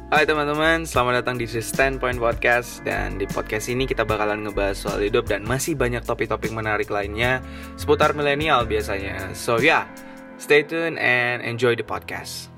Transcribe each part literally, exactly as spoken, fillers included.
Hai teman-teman, selamat datang di Standpoint Podcast. Dan di podcast ini kita bakalan ngebahas soal hidup dan masih banyak topik-topik menarik lainnya seputar milenial biasanya. So yeah, stay tuned and enjoy the podcast.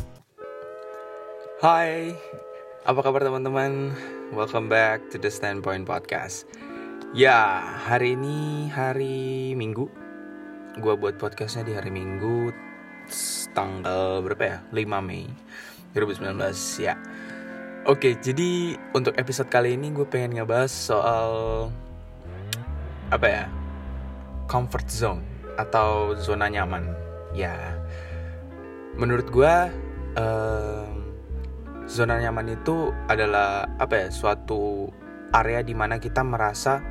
Hai, apa kabar teman-teman? Welcome back to the Standpoint Podcast. Ya, hari ini hari Minggu. Gua buat podcastnya di hari Minggu, tanggal berapa ya? lima Mei dua ribu sembilan belas ya. Oke, jadi untuk episode kali ini gue pengen ngebahas soal apa ya? Comfort zone atau zona nyaman. Ya, menurut gue um, zona nyaman itu adalah apa ya? Suatu area di mana kita merasa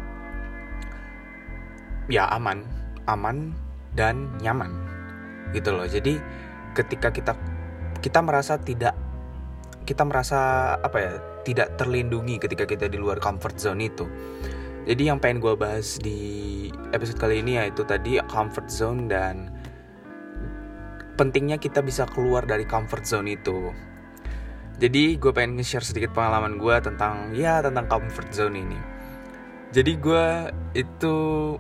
ya aman, aman dan nyaman gitu loh. Jadi ketika kita kita merasa tidak kita merasa apa ya tidak terlindungi ketika kita di luar comfort zone itu. Jadi yang pengen gue bahas di episode kali ini yaitu tadi comfort zone dan pentingnya kita bisa keluar dari comfort zone itu. Jadi gue pengen nge-share sedikit pengalaman gue tentang ya tentang comfort zone ini. Jadi gue itu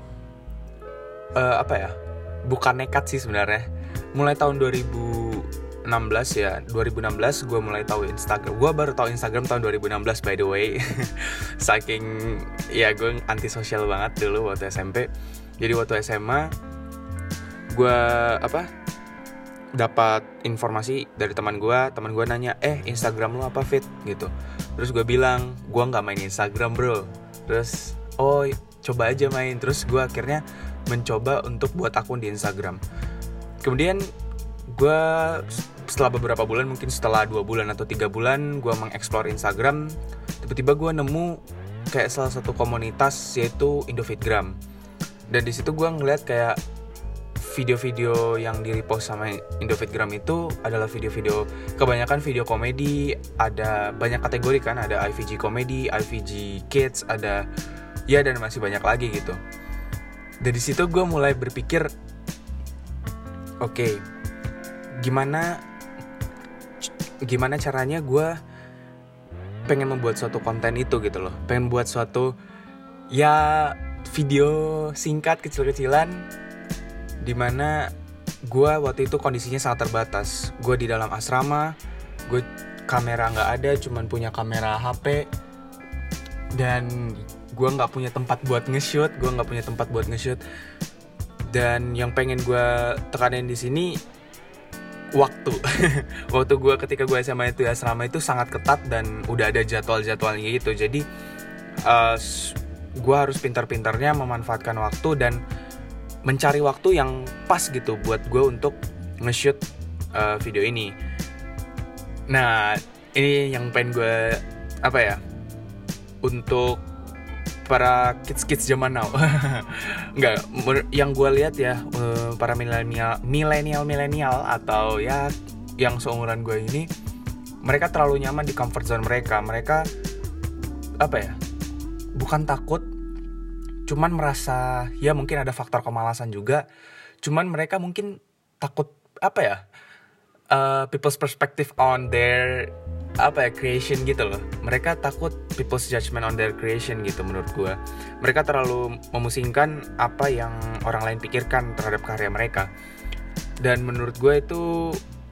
uh, apa ya bukan nekat sih sebenarnya. Mulai tahun dua ribu enam belas ya, dua ribu enam belas gue mulai tahu Instagram. Gue baru tahu Instagram tahun dua ribu enam belas by the way. Saking ya gue antisosial banget dulu waktu S M P. Jadi waktu S M A gue apa dapat informasi dari teman gue. Teman gue nanya, eh Instagram lu apa Fit gitu. Terus gue bilang, gue nggak main Instagram bro. Terus oh coba aja main. Terus gue akhirnya mencoba untuk buat akun di Instagram. Kemudian gue setelah beberapa bulan, mungkin setelah dua bulan atau tiga bulan gue mengeksplor Instagram, tiba-tiba gue nemu kayak salah satu komunitas yaitu Indofitgram. Dan di situ gue ngeliat kayak video-video yang di-repost sama Indofitgram itu adalah video-video, kebanyakan video komedi, ada banyak kategori kan, ada I V G komedi, I V G kids, ada ya dan masih banyak lagi gitu. Dari situ gue mulai berpikir, oke, okay, gimana gimana caranya gue pengen membuat suatu konten itu gitu loh, pengen buat suatu ya video singkat kecil-kecilan dimana gue waktu itu kondisinya sangat terbatas. Gue di dalam asrama, gue kamera nggak ada, cuman punya kamera H P dan gue nggak punya tempat buat nge-shoot, gue nggak punya tempat buat nge-shoot. Dan yang pengen gue tekanin di sini waktu. Waktu gue ketika gue S M A itu asrama itu sangat ketat dan udah ada jadwal-jadwalnya gitu. Jadi uh, gue harus pintar-pintarnya memanfaatkan waktu dan mencari waktu yang pas gitu buat gue untuk nge-shoot uh, video ini. Nah, ini yang pengen gue apa ya? Untuk para kids-kids zaman now. Enggak, yang gue lihat ya para milenial milenial milenial atau ya yang seumuran gue ini, mereka terlalu nyaman di comfort zone mereka. Mereka apa ya? Bukan takut, cuman merasa ya mungkin ada faktor kemalasan juga. Cuman mereka mungkin takut apa ya? Uh, people's perspective on their apa ya creation gitu loh. Mereka takut people's judgment on their creation gitu menurut gue. Mereka terlalu memusingkan apa yang orang lain pikirkan terhadap karya mereka. Dan menurut gue itu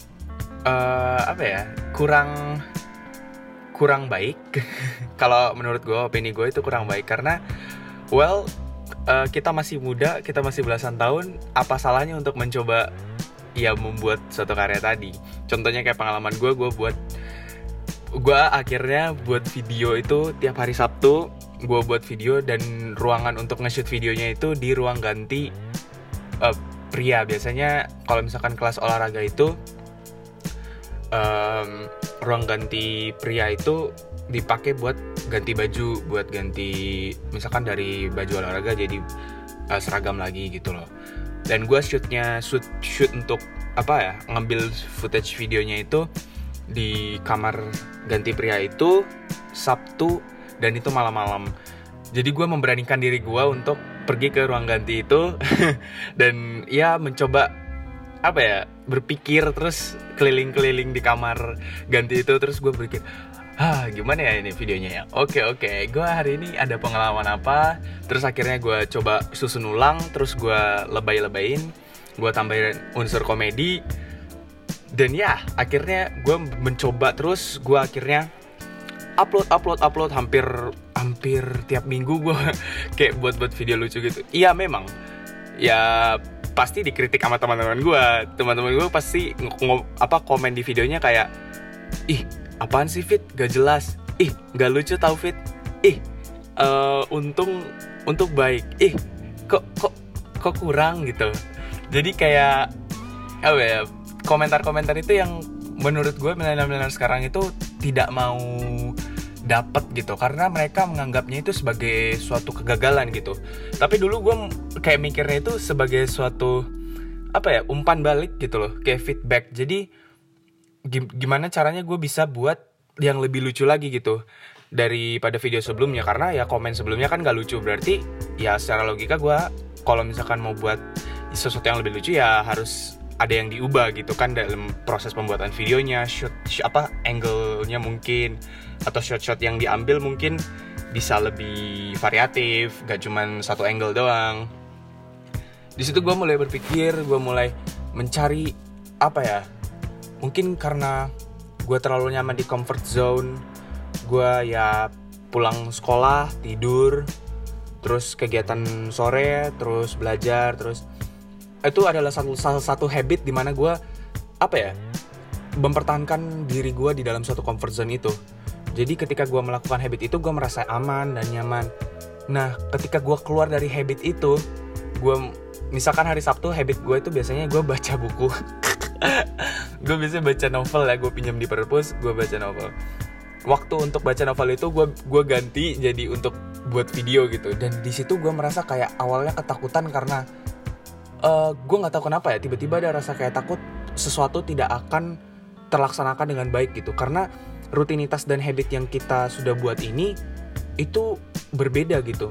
uh, apa ya kurang kurang baik. Kalau menurut gue, opini gue itu kurang baik karena well uh, kita masih muda, kita masih belasan tahun. Apa salahnya untuk mencoba ya membuat suatu karya tadi. Contohnya kayak pengalaman gue, gue buat gue akhirnya buat video itu tiap hari Sabtu. Gue buat video dan ruangan untuk nge-shoot videonya itu di ruang ganti uh, pria. Biasanya kalau misalkan kelas olahraga itu um, ruang ganti pria itu dipakai buat ganti baju, buat ganti misalkan dari baju olahraga jadi uh, seragam lagi gitu loh. Dan gue shootnya shoot shoot untuk apa ya ngambil footage videonya itu di kamar ganti pria itu Sabtu dan itu malam-malam. Jadi gue memberanikan diri gue untuk pergi ke ruang ganti itu dan ya mencoba apa ya, berpikir terus keliling-keliling di kamar ganti itu, terus gue berpikir, ah gimana ya ini videonya ya. Oke oke, gue hari ini ada pengalaman apa, terus akhirnya gue coba susun ulang, terus gue lebay-lebayin, gue tambahin unsur komedi, dan ya akhirnya gue mencoba terus. Gue akhirnya upload upload upload hampir hampir tiap minggu gue kayak buat-buat video lucu gitu. Iya memang ya pasti dikritik sama teman-teman gue. Teman-teman gue pasti ng- apa komen di videonya kayak, ih apaan sih Fit, gak jelas, ih gak lucu tau Fit, ih uh, untung untuk baik, ih kok kok kok kurang gitu. Jadi kayak apa ya, komentar-komentar itu yang menurut gue milenial-milenial sekarang itu tidak mau dapat gitu, karena mereka menganggapnya itu sebagai suatu kegagalan gitu. Tapi dulu gue kayak mikirnya itu sebagai suatu apa ya, umpan balik gitu loh, kayak feedback. Jadi gimana caranya gue bisa buat yang lebih lucu lagi gitu daripada video sebelumnya, karena ya komen sebelumnya kan gak lucu. Berarti ya secara logika gue kalau misalkan mau buat sesuatu yang lebih lucu ya harus ada yang diubah gitu kan dalam proses pembuatan videonya, shoot, shoot apa angle-nya mungkin, atau shot-shot yang diambil mungkin bisa lebih variatif, gak cuman satu angle doang. Di situ gue mulai berpikir, gue mulai mencari apa ya, mungkin karena gue terlalu nyaman di comfort zone. Gue ya pulang sekolah, tidur, terus kegiatan sore, terus belajar, terus itu adalah satu, salah satu habit dimana gue apa ya, mempertahankan diri gue di dalam suatu comfort zone itu. Jadi ketika gue melakukan habit itu, gue merasa aman dan nyaman. Nah ketika gue keluar dari habit itu, gue misalkan hari Sabtu, habit gue itu biasanya gue baca buku. Gue biasanya baca novel ya, gue pinjam di perpus, gue baca novel. Waktu untuk baca novel itu gue gue ganti jadi untuk buat video gitu. Dan di situ gue merasa kayak awalnya ketakutan karena uh, gue nggak tahu kenapa ya, tiba-tiba ada rasa kayak takut sesuatu tidak akan terlaksanakan dengan baik gitu, karena rutinitas dan habit yang kita sudah buat ini itu berbeda gitu.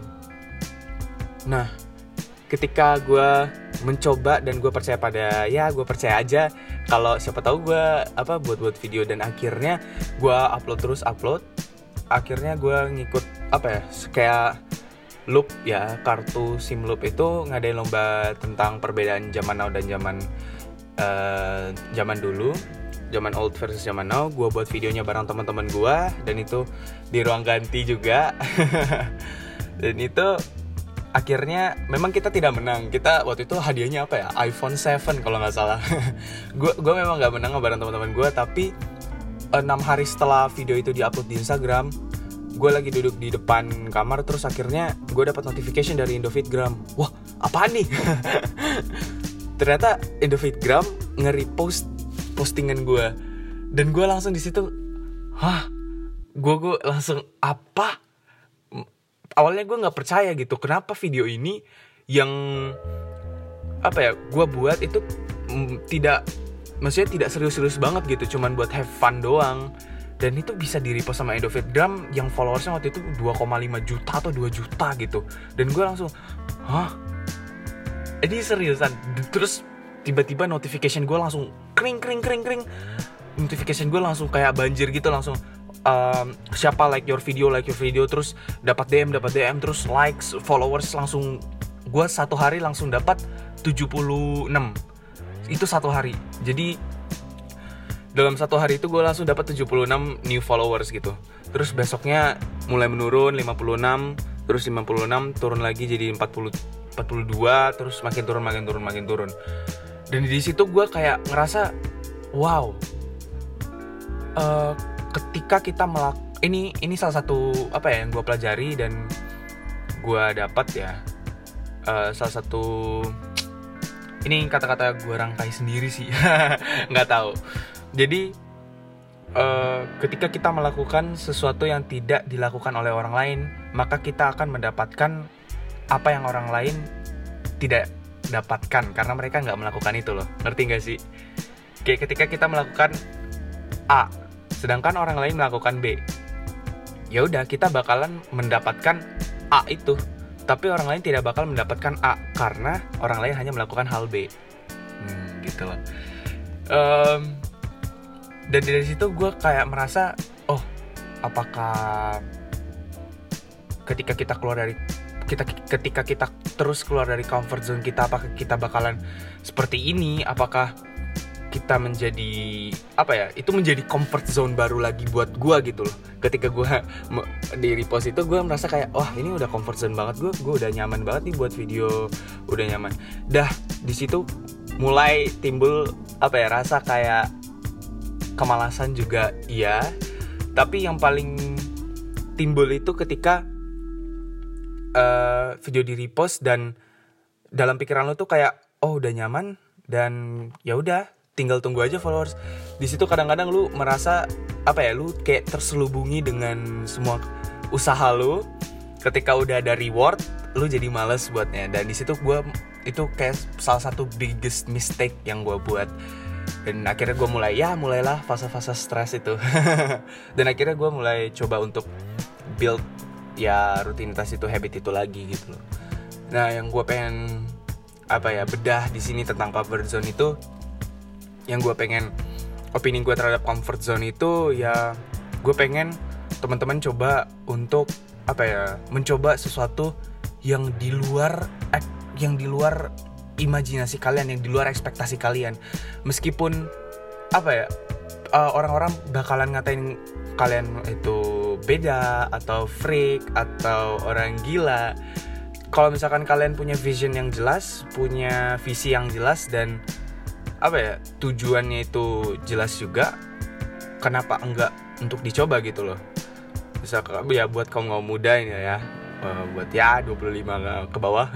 Nah ketika gue mencoba dan gue percaya pada, ya gue percaya aja kalau siapa tahu gue apa buat-buat video, dan akhirnya gue upload terus upload. Akhirnya gue ngikut apa ya, kayak loop ya, kartu sim loop itu ngadain lomba tentang perbedaan zaman now dan zaman uh, zaman dulu, zaman old versus zaman now. Gue buat videonya bareng teman-teman gue, dan itu di ruang ganti juga. Dan itu akhirnya memang kita tidak menang. Kita waktu itu hadiahnya apa ya, iPhone tujuh kalau nggak salah. Gue gue memang nggak menang bareng teman-teman gue, tapi enam hari setelah video itu diupload di Instagram, gue lagi duduk di depan kamar, terus akhirnya gue dapat notification dari Indofitgram. Wah apaan nih? Ternyata Indofitgram nge-repost postingan gue, dan gue langsung di situ, hah, gue gue langsung apa? Awalnya gue nggak percaya gitu, kenapa video ini yang apa ya gue buat itu m, tidak, maksudnya tidak serius-serius banget gitu, cuman buat have fun doang, dan itu bisa di-repost sama Indofitgram yang followersnya waktu itu dua koma lima juta atau dua juta gitu. Dan gue langsung, hah, ini seriusan? Terus tiba-tiba notification gue langsung kring kring kring kring, notification gue langsung kayak banjir gitu, langsung Um, siapa like your video, like your video, terus dapat D M, dapat D M, terus likes, followers langsung. Gue satu hari langsung dapat tujuh puluh enam. Itu satu hari. Jadi dalam satu hari itu gue langsung dapat tujuh puluh enam new followers gitu. Terus besoknya mulai menurun lima puluh enam, terus lima puluh enam turun lagi jadi empat puluh, empat puluh dua, terus makin turun makin turun makin turun. Dan di situ gue kayak ngerasa wow. Uh, ketika kita melak ini ini salah satu apa ya yang gue pelajari dan gue dapat ya, uh, salah satu, ini kata-kata gue rangkai sendiri sih, nggak tahu. Jadi uh, ketika kita melakukan sesuatu yang tidak dilakukan oleh orang lain, maka kita akan mendapatkan apa yang orang lain tidak dapatkan, karena mereka nggak melakukan itu loh. Ngerti nggak sih? Kayak ketika kita melakukan A, sedangkan orang lain melakukan B, ya udah kita bakalan mendapatkan A itu, tapi orang lain tidak bakal mendapatkan A karena orang lain hanya melakukan hal B. Hmm, gitu loh. um, Dan dari situ gue kayak merasa, oh, apakah ketika kita keluar dari kita ketika kita terus keluar dari comfort zone kita, apakah kita bakalan seperti ini? Apakah kita menjadi apa ya? Itu menjadi comfort zone baru lagi buat gue gitu loh. Ketika gue di repost itu, gue merasa kayak, wah, ini udah comfort zone banget gue, gue udah nyaman banget nih buat video, udah nyaman. Dah di situ mulai timbul apa ya, rasa kayak kemalasan juga, iya. Tapi yang paling timbul itu ketika uh, video di repost dan dalam pikiran lo tuh kayak, oh, udah nyaman dan ya udah, tinggal tunggu aja followers. Di situ kadang-kadang lu merasa apa ya, lu kayak terselubungi dengan semua usaha lu. Ketika udah ada reward, lu jadi males buatnya. Dan di situ gue itu kayak salah satu biggest mistake yang gue buat. Dan akhirnya gue mulai, ya mulailah fase-fase stres itu. Dan akhirnya gue mulai coba untuk build ya rutinitas itu, habit itu lagi gitu loh. Nah, yang gue pengen apa ya, bedah di sini tentang comfort zone itu, yang gue pengen, opini gue terhadap comfort zone itu ya, gue pengen teman-teman coba untuk apa ya, mencoba sesuatu yang di luar yang di luar imajinasi kalian, yang di luar ekspektasi kalian. Meskipun apa ya, uh, orang-orang bakalan ngatain kalian itu beda atau freak atau orang gila. Kalau misalkan kalian punya vision yang jelas, punya visi yang jelas, dan apa ya, tujuannya itu jelas juga, kenapa enggak untuk dicoba gitu loh. Misalkan ya buat kaum kaum muda ini ya, uh, buat ya dua puluh lima ke bawah.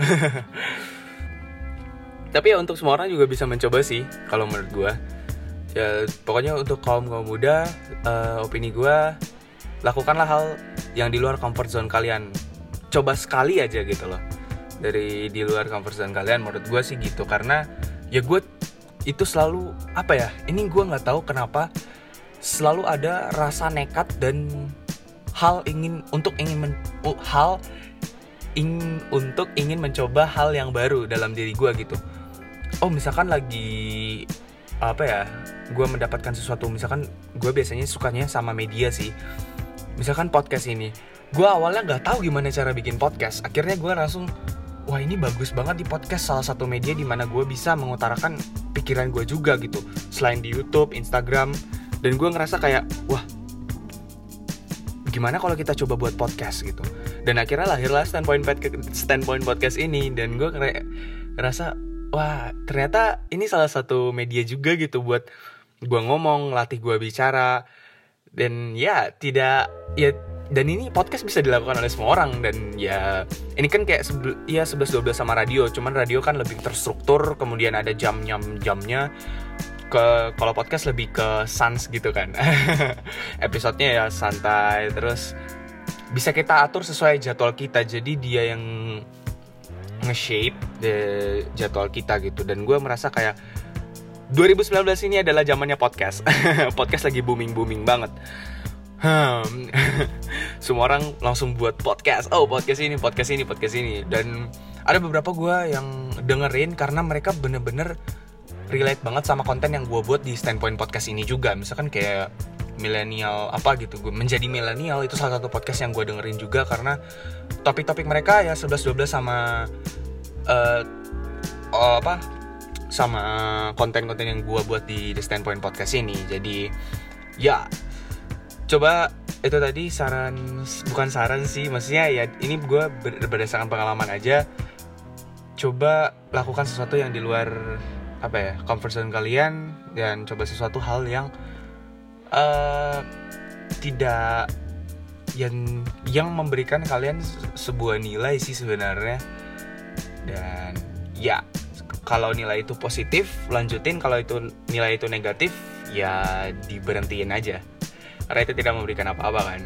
Tapi ya untuk semua orang juga bisa mencoba sih kalau menurut gue. Ya pokoknya untuk kaum kaum muda, uh, opini gue, lakukanlah hal yang di luar comfort zone kalian. Coba sekali aja gitu loh, dari di luar comfort zone kalian. Menurut gue sih gitu, karena ya gue itu selalu apa ya, ini gue nggak tahu kenapa selalu ada rasa nekat dan hal ingin untuk ingin men, uh, hal ingin untuk ingin mencoba hal yang baru dalam diri gue gitu. Oh, misalkan lagi apa ya, gue mendapatkan sesuatu, misalkan gue biasanya sukanya sama media sih, misalkan podcast ini, gue awalnya nggak tahu gimana cara bikin podcast. Akhirnya gue langsung, wah ini bagus banget di podcast, salah satu media di mana gue bisa mengutarakan pikiran gue juga gitu, selain di YouTube, Instagram. Dan gue ngerasa kayak, wah, gimana kalau kita coba buat podcast gitu. Dan akhirnya lahirlah Standpoint Standpoint Podcast ini. Dan gue kayak ngerasa, wah ternyata ini salah satu media juga gitu buat gue ngomong, latih gue bicara. Dan ya tidak, ya, dan ini podcast bisa dilakukan oleh semua orang. Dan ya ini kan kayak sebel, ya sebelas dua belas sama radio. Cuman radio kan lebih terstruktur, kemudian ada jam-jamnya. Ke kalau podcast lebih ke sans gitu kan. Episodenya ya santai, terus bisa kita atur sesuai jadwal kita. Jadi dia yang nge-shape the jadwal kita gitu. Dan gue merasa kayak dua ribu sembilan belas ini adalah zamannya podcast. Podcast lagi booming-booming banget. Hmm. Semua orang langsung buat podcast. Oh, podcast ini, podcast ini, podcast ini. Dan ada beberapa gue yang dengerin karena mereka bener-bener relate banget sama konten yang gue buat di Standpoint Podcast ini juga. Misalkan kayak milenial apa gitu, gue menjadi milenial itu salah satu podcast yang gue dengerin juga, karena topik-topik mereka ya sebelas dua belas sama uh, oh, apa sama konten-konten yang gue buat di The Standpoint Podcast ini. Jadi ya coba, itu tadi saran, bukan saran sih, maksudnya ya ini gue berdasarkan pengalaman aja. Coba lakukan sesuatu yang di luar apa ya, comfort zone kalian, dan coba sesuatu hal yang uh, tidak yang yang memberikan kalian sebuah nilai sih sebenarnya. Dan ya kalau nilai itu positif, lanjutin. Kalau itu nilai itu negatif, ya diberhentiin aja, karena itu tidak memberikan apa-apa kan.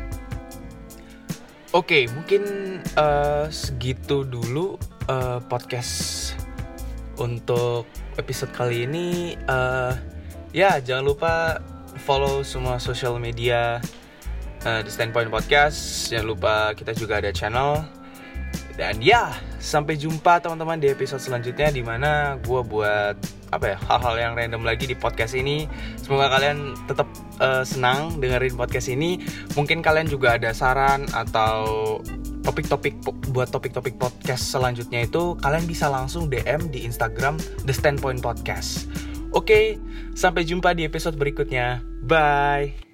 Oke, mungkin uh, segitu dulu uh, podcast untuk episode kali ini. uh, Ya jangan lupa follow semua social media uh, The Standpoint Podcast. Jangan lupa kita juga ada channel. Dan ya, sampai jumpa teman-teman di episode selanjutnya, dimana gue buat apa ya hal-hal yang random lagi di podcast ini. Semoga kalian tetap uh, senang dengerin podcast ini. Mungkin kalian juga ada saran atau topik-topik buat topik-topik podcast selanjutnya, itu kalian bisa langsung D M di Instagram The Standpoint Podcast. Oke, sampai jumpa di episode berikutnya. Bye.